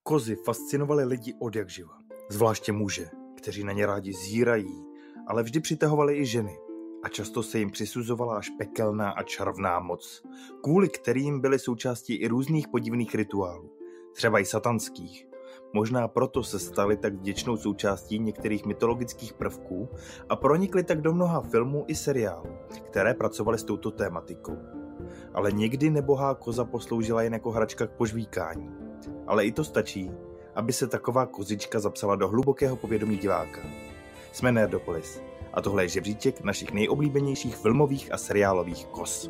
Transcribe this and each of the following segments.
Kozy fascinovaly lidi odjakživa, zvláště muže, kteří na ně rádi zírají, ale vždy přitahovaly i ženy a často se jim přisuzovala až pekelná a čarovná moc, kvůli kterým byly součástí i různých podivných rituálů, třeba i satanských. Možná proto se staly tak vděčnou součástí některých mytologických prvků a pronikly tak do mnoha filmů i seriálů, které pracovaly s touto tématikou. Ale někdy nebohá koza posloužila jen jako hračka k požvíkání. Ale i to stačí, aby se taková kozička zapsala do hlubokého povědomí diváka. Jsme Nerdopolis a tohle je žebříček našich nejoblíbenějších filmových a seriálových koz.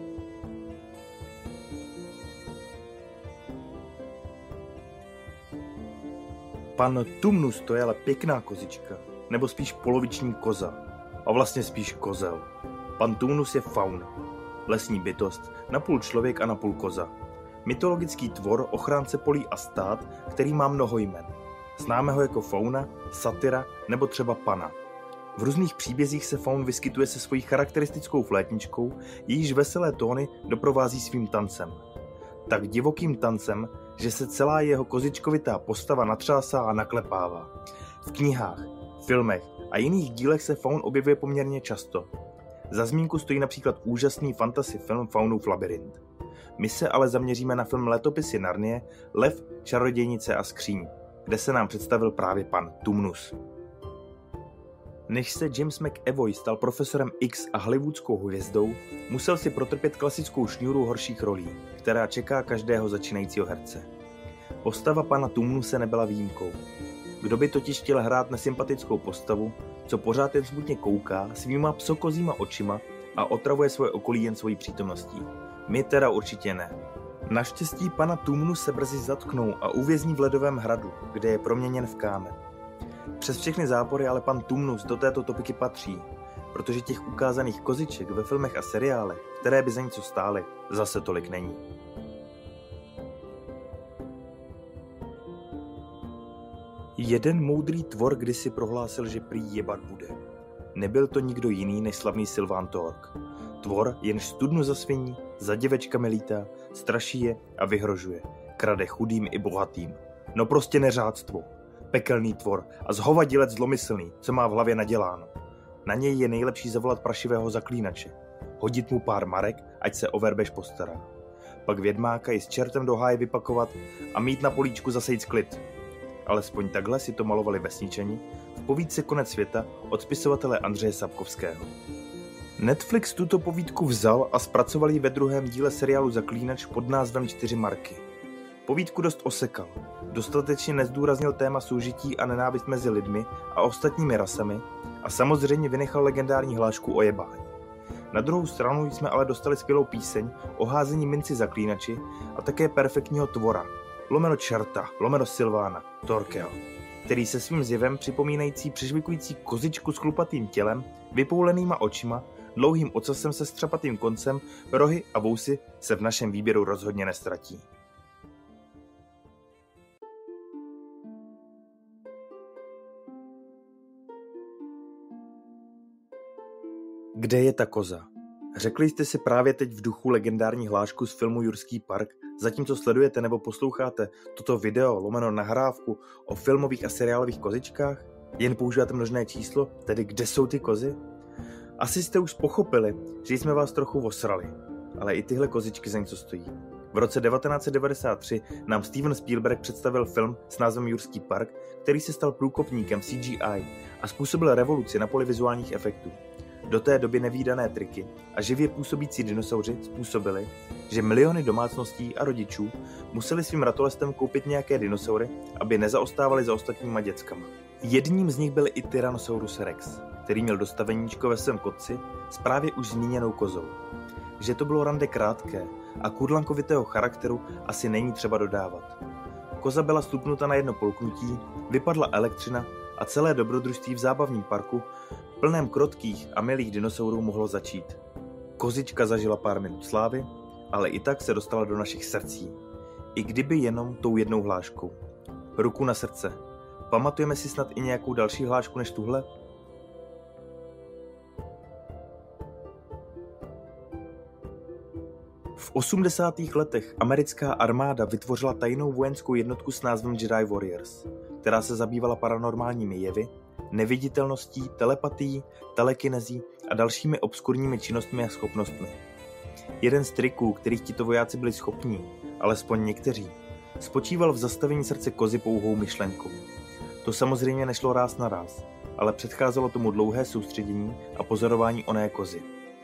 Pan Tumnus to je ale pěkná kozička, nebo spíš poloviční koza. A vlastně spíš kozel. Pan Tumnus je faun, lesní bytost, napůl člověk a napůl koza. Mytologický tvor, ochránce polí a stát, který má mnoho jmen. Známe ho jako fauna, satyra nebo třeba pana. V různých příbězích se faun vyskytuje se svojí charakteristickou flétničkou, jejíž veselé tóny doprovází svým tancem. Tak divokým tancem, že se celá jeho kozičkovitá postava natřásá a naklepává. V knihách, filmech a jiných dílech se faun objevuje poměrně často. Za zmínku stojí například úžasný fantasy film Faunův labyrint. My se ale zaměříme na film Letopisy Narnie, Lev, čarodějnice a skříň, kde se nám představil právě pan Tumnus. Než se James McAvoy stal profesorem X a hollywoodskou hvězdou, musel si protrpět klasickou šňůru horších rolí, která čeká každého začínajícího herce. Postava pana Tumnuse nebyla výjimkou. Kdo by totiž chtěl hrát nesympatickou postavu, co pořád jen smutně kouká svýma psokozíma očima a otravuje svoje okolí jen svojí přítomností? My teda určitě ne. Naštěstí pana Tumnuse se brzy zatknou a uvězní v ledovém hradu, kde je proměněn v kámen. Přes všechny zápory ale pan Tumnus do této topiky patří, protože těch ukázaných koziček ve filmech a seriálech, které by za něco stály, zase tolik není. Jeden moudrý tvor kdysi prohlásil, že prý jebat bude. Nebyl to nikdo jiný než slavný Sylván Tork. Tvor, jenž studnu zasviní, za děvečkami lítá, straší je a vyhrožuje. Krade chudým i bohatým. No prostě neřádstvo. Pekelný tvor a zhovadilec zlomyslný, co má v hlavě naděláno. Na něj je nejlepší zavolat prašivého zaklínače. Hodit mu pár marek, ať se o verbež postará. Pak vědmáka i s čertem do háje vypakovat a mít na políčku zasejc klid. Alespoň takhle si to malovali vesničani v povídce Konec světa od spisovatele Andřeje Sapkovského. Netflix tuto povídku vzal a zpracoval ji ve druhém díle seriálu Zaklínač pod názvem 4 marky. Povídku dost osekal, dostatečně nezdůraznil téma soužití a nenávist mezi lidmi a ostatními rasami a samozřejmě vynechal legendární hlášku o jebání. Na druhou stranu jsme ale dostali skvělou píseň o házení minci zaklínači a také perfektního tvora, lomeno čerta, lomeno Sylvána, Torkeho, který se svým zjevem připomínající přežvikující kozičku s chlupatým tělem, vypoulenýma očima, dlouhým ocasem se střapatým koncem, rohy a vousy se v našem výběru rozhodně nestratí. Kde je ta koza? Řekli jste si právě teď v duchu legendární hlášku z filmu Jurský park, zatímco sledujete nebo posloucháte toto video lomeno nahrávku o filmových a seriálových kozičkách? Jen používáte množné číslo, tedy kde jsou ty kozy? Asi jste už pochopili, že jsme vás trochu osrali, ale i tyhle kozičky za něco stojí. V roce 1993 nám Steven Spielberg představil film s názvem Jurský park, který se stal průkopníkem CGI a způsobil revoluci na poli vizuálních efektů. Do té doby nevídané triky a živě působící dinosauři způsobili, že miliony domácností a rodičů museli svým ratolestem koupit nějaké dinosaury, aby nezaostávali za ostatníma děckama. Jedním z nich byl i Tyrannosaurus Rex, který měl dostaveníčko ve svém kotci s právě už zmíněnou kozou. Že to bylo rande krátké a kudlankovitého charakteru asi není třeba dodávat. Koza byla stupnuta na jedno polknutí, vypadla elektřina a celé dobrodružství v zábavním parku plném krotkých a milých dinosaurů mohlo začít. Kozička zažila pár minut slávy, ale i tak se dostala do našich srdcí. I kdyby jenom tou jednou hláškou. Ruku na srdce. Pamatujeme si snad i nějakou další hlášku než tuhle? V 80. letech americká armáda vytvořila tajnou vojenskou jednotku s názvem Jedi Warriors, která se zabývala paranormálními jevy, neviditelností, telepatií, telekinezí a dalšími obskurními činnostmi a schopnostmi. Jeden z triků, kterých tito vojáci byli schopní, alespoň někteří, spočíval v zastavení srdce kozy pouhou myšlenkou. To samozřejmě nešlo ráz na ráz, ale předcházelo tomu dlouhé soustředění a pozorování oné kozy.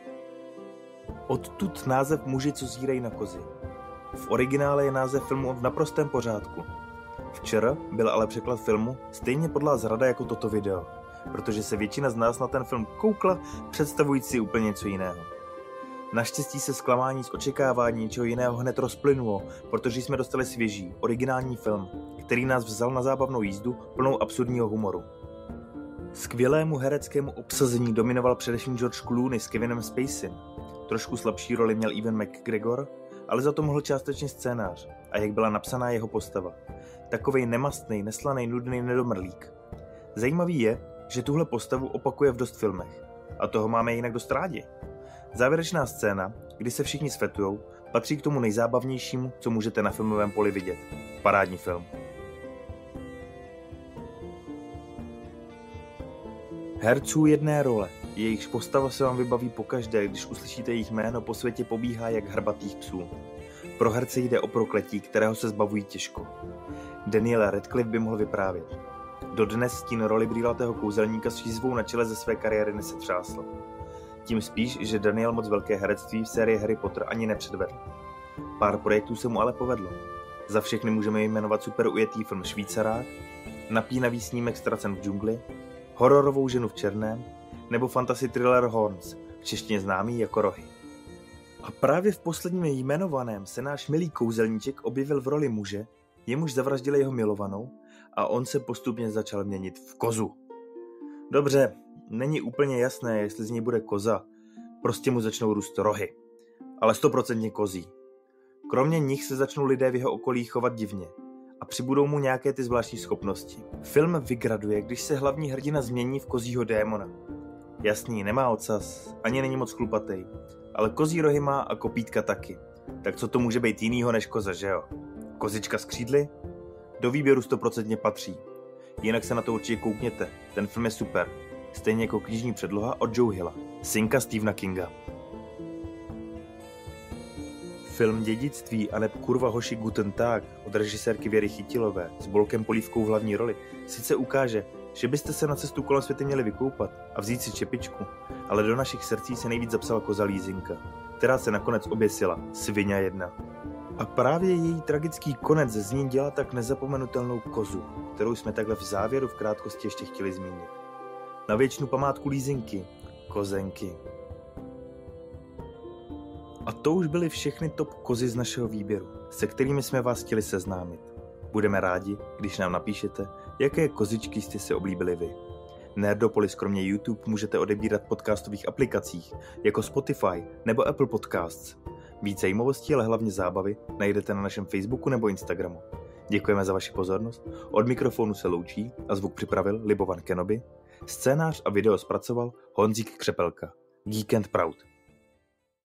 Odtud název Muži, co zírají na kozy. V originále je název filmu v naprostém pořádku. Včera byl ale překlad filmu stejně podlá zrada jako toto video, protože se většina z nás na ten film koukla, představujíc si úplně něco jiného. Naštěstí se zklamání z očekávání něčeho jiného hned rozplynulo, protože jsme dostali svěží, originální film, který nás vzal na zábavnou jízdu plnou absurdního humoru. Skvělému hereckému obsazení dominoval především George Clooney s Kevinem Spacey. Trošku slabší roli měl Ewan McGregor, ale za to mohl částečně scénář a jak byla napsaná jeho postava. Takovej nemastnej, neslanej, nudný nedomrlík. Zajímavý je, že tuhle postavu opakuje v dost filmech. A toho máme jinak dost rádi. Závěrečná scéna, kdy se všichni svetujou, patří k tomu nejzábavnějšímu, co můžete na filmovém poli vidět. Parádní film. Herců jedné role, jejichž postava se vám vybaví pokaždé, když uslyšíte jejich jméno, po světě pobíhá jak hrbatých psů. Pro herce jde o prokletí, kterého se zbavují těžko. Daniel Radcliffe by mohl vyprávět. Dodnes stín roli brýlatého kouzelníka s žízvou na čele ze své kariéry nesetřásl. Tím spíš, že Daniel moc velké herectví v sérii Harry Potter ani nepředvedl. Pár projektů se mu ale povedlo. Za všechny můžeme jmenovat super ujetý film Švýcarák, napínavý snímek Ztracen v džungli, hororovou ženu v černém nebo fantasy thriller Horns, v češtině známý jako Rohy. A právě v posledním jmenovaném se náš milý kouzelníček objevil v roli muže, jemuž zavraždili jeho milovanou a on se postupně začal měnit v kozu. Dobře, není úplně jasné, jestli z něj bude koza, prostě mu začnou růst rohy, ale 100% kozí. Kromě nich se začnou lidé v jeho okolí chovat divně a přibudou mu nějaké ty zvláštní schopnosti. Film vygraduje, když se hlavní hrdina změní v kozího démona. Jasný, nemá ocas, ani není moc chlupatej, ale kozí rohy má a kopítka taky. Tak co to může být jinýho než koza, že jo? Kozička s křídly? Do výběru 100% patří. Jinak se na to určitě koukněte, ten film je super. Stejně jako Knižní předloha od Joe Hilla, synka Stephena Kinga. Film Dědictví aneb Kurva hoši Guten Tag od režisérky Věry Chytilové s Bolkem Polívkou v hlavní roli sice ukáže, že byste se na cestu kolem světa měli vykoupat a vzít si čepičku, ale do našich srdcí se nejvíc zapsala koza Lízinka, která se nakonec oběsila, svině jedna. A právě její tragický konec z ní dělá tak nezapomenutelnou kozu, kterou jsme takhle v závěru v krátkosti ještě chtěli zmínit. Na věčnou památku Lízinky, kozenky. A to už byly všechny top kozy z našeho výběru, se kterými jsme vás chtěli seznámit. Budeme rádi, když nám napíšete, jaké kozičky jste si oblíbili vy. Nerdopolis kromě YouTube můžete odebírat v podcastových aplikacích, jako Spotify nebo Apple Podcasts. Víc zajímavostí, ale hlavně zábavy najdete na našem Facebooku nebo Instagramu. Děkujeme za vaši pozornost, od mikrofonu se loučí a zvuk připravil Libovan Kenobi, scénář a video zpracoval Honzík Křepelka. Geek and Proud.